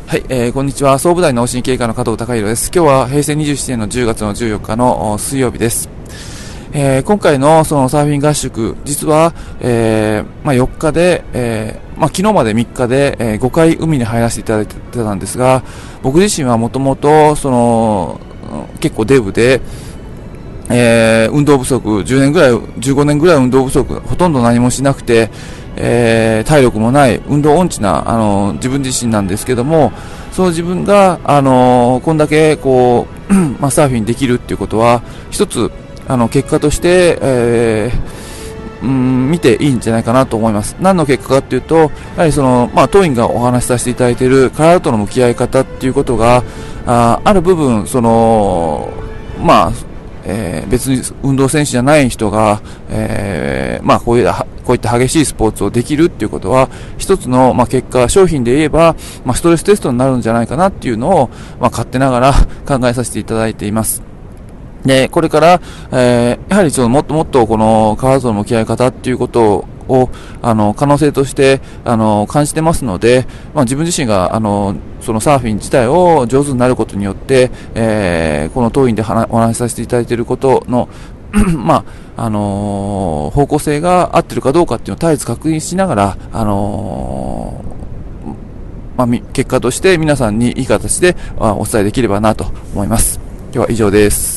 はい、こんにちは。総武大脳神経科の加藤孝弘です。今日は平成27年の10月の14日の水曜日です。今回のそのサーフィン合宿、実は、4日で、昨日まで3日で、5回海に入らせていただいてたんですが、僕自身はもともと結構デブで、運動不足、10年ぐらい、15年ぐらい運動不足、ほとんど何もしなくて、体力もない、運動音痴な、自分自身なんですけども、その自分が、こんだけ、こう、サーフィンできるっていうことは、一つ、結果として、見ていいんじゃないかなと思います。何の結果かっていうと、やはり当院がお話しさせていただいている体との向き合い方っていうことが、ある部分、別に運動選手じゃない人が、こういった激しいスポーツをできるっていうことは、一つの、結果、商品で言えば、ストレステストになるんじゃないかなっていうのを、勝手ながら考えさせていただいています。で、これから、やはりもっともっとこの体との向き合い方っていうことを、可能性として、感じてますので、自分自身が、そのサーフィン自体を上手になることによって、この当院でお話しさせていただいていることの、方向性が合ってるかどうかっていうのを絶えず確認しながら、結果として皆さんにいい形でお伝えできればなと思います。今日は以上です。